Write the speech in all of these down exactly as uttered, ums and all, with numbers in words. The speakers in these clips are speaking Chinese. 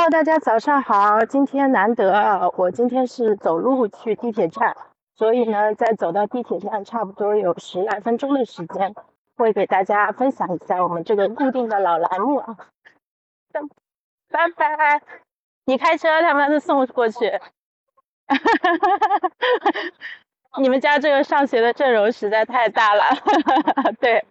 Hello，大家早上好。今天难得啊，我今天是走路去地铁站，所以呢，在走到地铁站差不多有十来分钟的时间，会给大家分享一下我们这个固定的老栏目啊。拜拜，你开车，他们送过去。你们家这个上学的阵容实在太大了。对，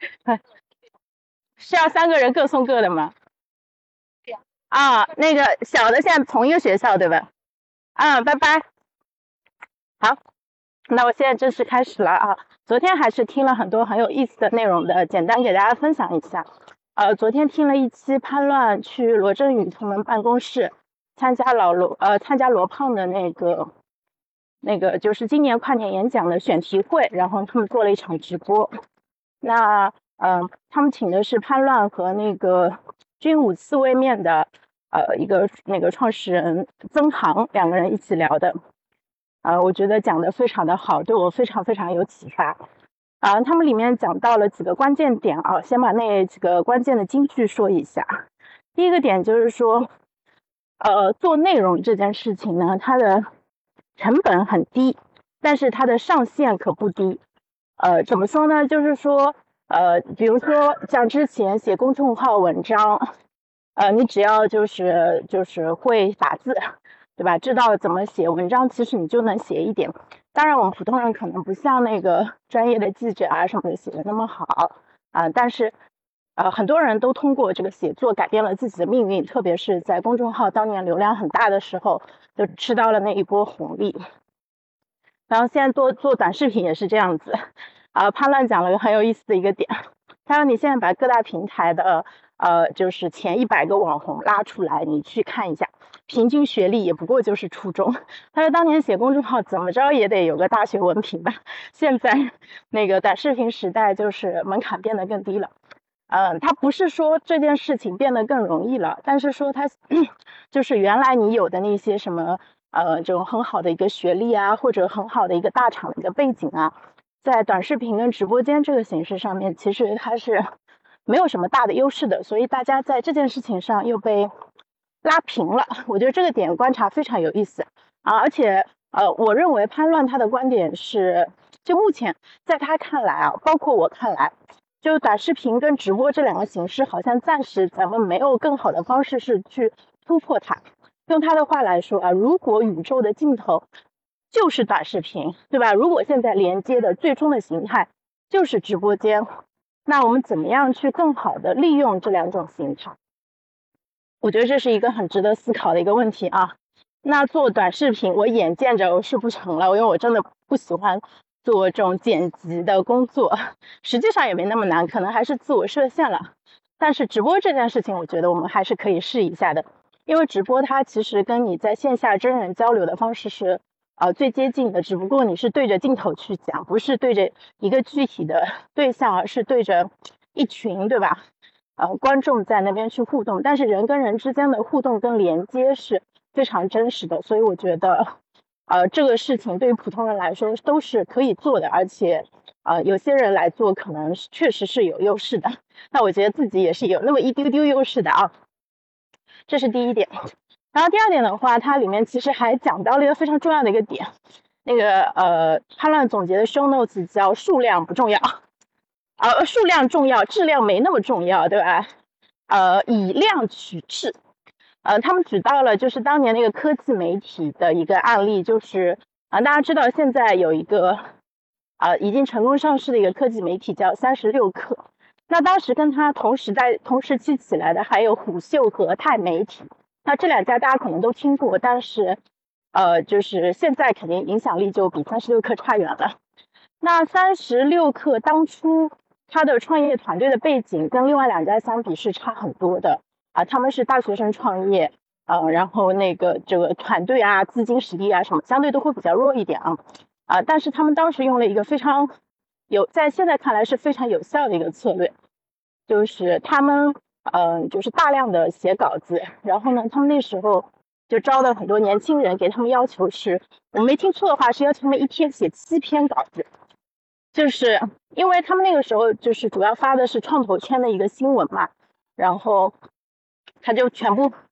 是要三个人各送各的吗？啊，那个小的现在同一个学校对吧？啊，拜拜。好，那我现在正式开始了啊。昨天还是听了很多很有意思的内容的，简单给大家分享一下。呃，昨天听了一期潘乱去罗振宇他们办公室参加老罗呃参加罗胖的那个那个就是今年跨年演讲的选题会，然后他们做了一场直播。那嗯、呃，他们请的是潘乱和那个军武刺猬面的呃一个那个创始人曾航两个人一起聊的。呃，我觉得讲的非常的好，对我非常非常有启发。啊、呃，他们里面讲到了几个关键点啊，先把那几个关键的金句说一下。第一个点就是说，呃，做内容这件事情呢，它的成本很低，但是它的上限可不低。呃，怎么说呢？就是说，呃，比如说像之前写公众号文章，呃，你只要就是就是会打字，对吧？知道怎么写文章，其实你就能写一点。当然，我们普通人可能不像那个专业的记者啊什么的写的那么好啊、呃，但是呃，很多人都通过这个写作改变了自己的命运，特别是在公众号当年流量很大的时候，就吃到了那一波红利。然后现在做做短视频也是这样子，啊，潘乱讲了个很有意思的一个点，他说你现在把各大平台的呃就是前一百个网红拉出来，你去看一下，平均学历也不过就是初中。他说当年写公众号怎么着也得有个大学文凭吧，现在那个短视频时代就是门槛变得更低了。嗯、呃，他不是说这件事情变得更容易了，但是说他就是原来你有的那些什么呃这种很好的一个学历啊，或者很好的一个大厂的一个背景啊，在短视频跟直播间这个形式上面，其实它是没有什么大的优势的，所以大家在这件事情上又被拉平了。我觉得这个点观察非常有意思啊，而且呃，我认为潘乱他的观点是，就目前在他看来啊，包括我看来。就短视频跟直播这两个形式，好像暂时咱们没有更好的方式是去突破它。用他的话来说啊，如果宇宙的尽头就是短视频，对吧？如果现在连接的最终的形态就是直播间，那我们怎么样去更好的利用这两种形态？我觉得这是一个很值得思考的一个问题啊。那做短视频，我眼见着我是不成了，因为我真的不喜欢做这种剪辑的工作，实际上也没那么难，可能还是自我设限了。但是直播这件事情，我觉得我们还是可以试一下的，因为直播它其实跟你在线下真人交流的方式是呃最接近的，只不过你是对着镜头去讲，不是对着一个具体的对象，而是对着一群，对吧？呃，观众在那边去互动，但是人跟人之间的互动跟连接是非常真实的，所以我觉得，呃，这个事情对于普通人来说都是可以做的，而且，呃，有些人来做可能确实是有优势的，那我觉得自己也是有那么一丢丢优势的啊，这是第一点。然后第二点的话，它里面其实还讲到了一个非常重要的一个点，那个呃，潘乱总结的 show notes 叫数量不重要。呃，数量重要，质量没那么重要，对吧？呃，以量取质。呃，他们举到了就是当年那个科技媒体的一个案例，就是啊、呃，大家知道现在有一个啊、呃、已经成功上市的一个科技媒体叫三十六氪。那当时跟它同时代、同时期起来的还有虎嗅和钛媒体。那这两家大家可能都听过，但是呃，就是现在肯定影响力就比三十六氪差远了。那三十六氪当初他的创业团队的背景跟另外两家相比是差很多的啊，他们是大学生创业，呃，然后那个这个团队啊、资金实力啊什么相对都会比较弱一点啊，啊，但是他们当时用了一个非常有，在现在看来是非常有效的一个策略，就是他们嗯、呃，就是大量的写稿子，然后呢，他们那时候就招了很多年轻人，给他们要求是，我没听错的话是要求他们一天写七篇稿子。就是因为他们那个时候就是主要发的是创投圈的一个新闻嘛，然后他就全部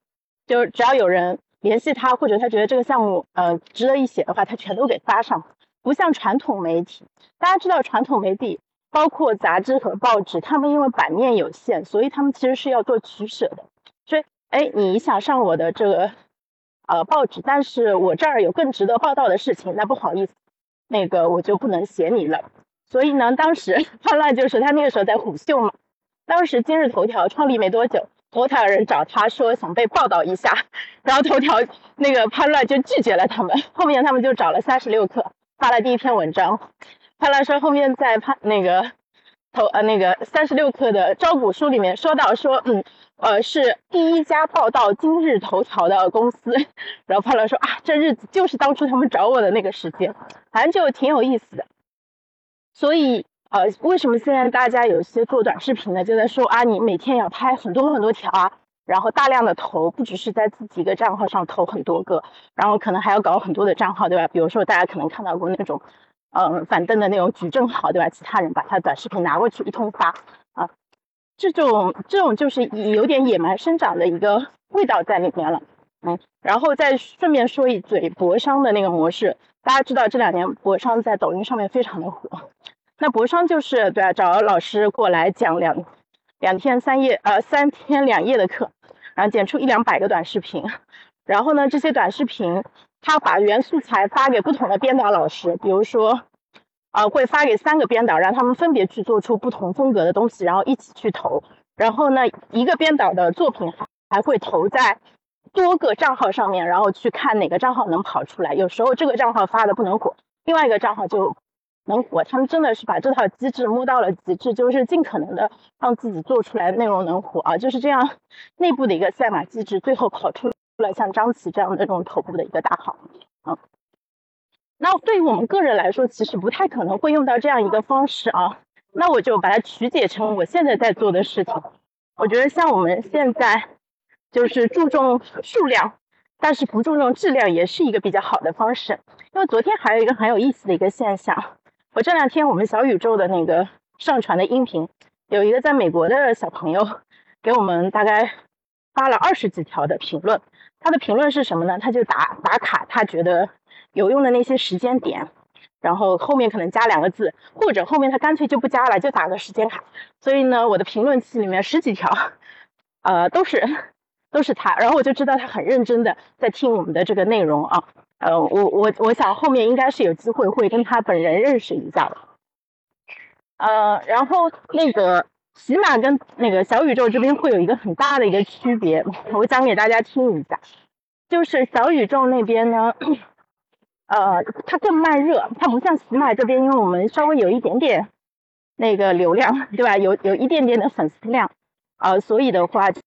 就只要有人联系他，或者他觉得这个项目呃值得一写的话，他全都给发上。不像传统媒体，大家知道传统媒体包括杂志和报纸，他们因为版面有限，所以他们其实是要做取舍的。所以，哎，你想上我的这个呃报纸，但是我这儿有更值得报道的事情，那不好意思，那个我就不能写你了。所以呢，当时叛乱就是他那个时候在虎嗅嘛，当时今日头条创立没多久，头条人找他说想被报道一下，然后头条那个叛乱就拒绝了他们，后面他们就找了三十六氪发了第一篇文章。叛乱说后面在叛那个头呃那个三十六氪的招股书里面说到说嗯呃是第一家报道今日头条的公司，然后叛乱说啊这日子就是当初他们找我的那个时间，反正就挺有意思的。所以呃为什么现在大家有些做短视频的就在说啊你每天要拍很多很多条啊，然后大量的投，不只是在自己一个账号上投很多个，然后可能还要搞很多的账号，对吧？比如说大家可能看到过那种嗯，反登的那种矩阵号，对吧？其他人把他短视频拿过去一通发啊，这种这种就是有点野蛮生长的一个味道在里面了，嗯，然后再顺便说一嘴博商的那个模式，大家知道这两年博商在抖音上面非常的火，那博商就是对啊，找老师过来讲两两天三夜呃三天两夜的课，然后剪出一两百个短视频，然后呢这些短视频。他把原素材发给不同的编导老师，比如说，呃，会发给三个编导，让他们分别去做出不同风格的东西，然后一起去投。然后呢，一个编导的作品还会投在多个账号上面，然后去看哪个账号能跑出来。有时候这个账号发的不能火，另外一个账号就能火。他们真的是把这套机制摸到了极致，就是尽可能的让自己做出来的内容能火啊，就是这样内部的一个赛马机制，最后跑出了像张琪这样的这种头部的一个大号，嗯，那对于我们个人来说，其实不太可能会用到这样一个方式啊。那我就把它曲解成我现在在做的事情。我觉得像我们现在就是注重数量，但是不注重质量，也是一个比较好的方式。因为昨天还有一个很有意思的一个现象，我这两天我们小宇宙的那个上传的音频，有一个在美国的小朋友给我们大概发了二十几条的评论。他的评论是什么呢？他就打打卡，他觉得有用的那些时间点，然后后面可能加两个字，或者后面他干脆就不加了，就打个时间卡。所以呢，我的评论器里面十几条，呃，都是都是他，然后我就知道他很认真的在听我们的这个内容啊。呃，我我我想后面应该是有机会会跟他本人认识一下的。呃，然后那个。喜马跟那个小宇宙这边会有一个很大的一个区别，我讲给大家听一下。就是小宇宙那边呢，呃，它更慢热，它不像喜马这边，因为我们稍微有一点点那个流量，对吧？有有一点点的粉丝量，呃，所以的话，就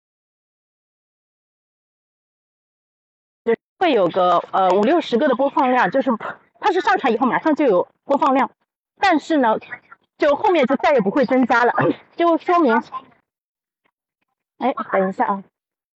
会有个呃五六十个的播放量，就是它是上传以后马上就有播放量，但是呢。就后面就再也不会增加了，就说明，哎，等一下啊，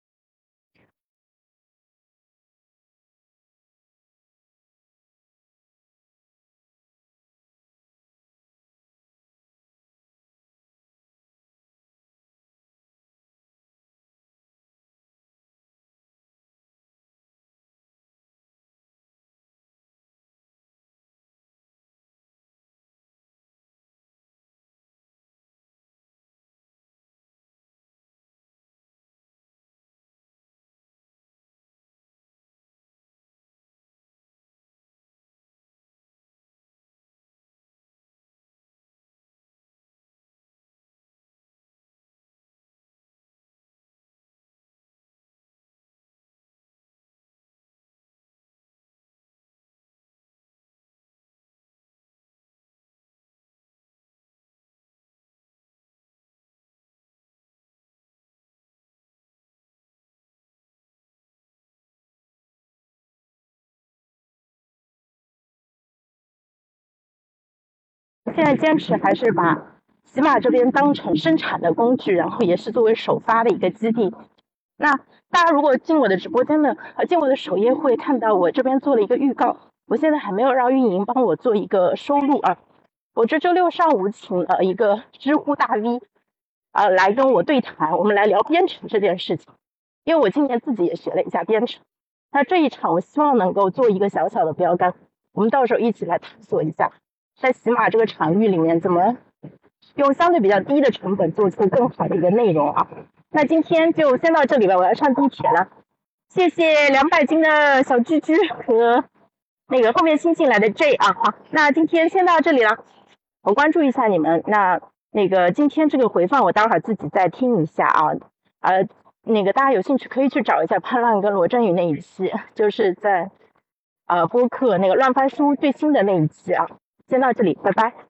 现在坚持还是把喜马这边当成生产的工具，然后也是作为首发的一个基地。那大家如果进我的直播间的，呃，进我的首页会看到我这边做了一个预告。我现在还没有让运营帮我做一个收录啊。我这周六上午请了一个知乎大 V，啊、呃，来跟我对谈，我们来聊编程这件事情。 因为我今年自己也学了一下编程。那这一场我希望能够做一个小小的标杆，我们到时候一起来探索一下，在喜马这个场域里面怎么用相对比较低的成本做出更好的一个内容啊。那今天就先到这里吧，我要上地铁了。谢谢两百斤的小居居和那个后面新进来的 J 啊，好，那今天先到这里了，我关注一下你们。那那个今天这个回放我待会儿自己再听一下啊，呃，那个大家有兴趣可以去找一下潘乱跟罗振宇那一期，就是在呃播客那个乱翻书最新的那一期啊。先到这里，拜拜。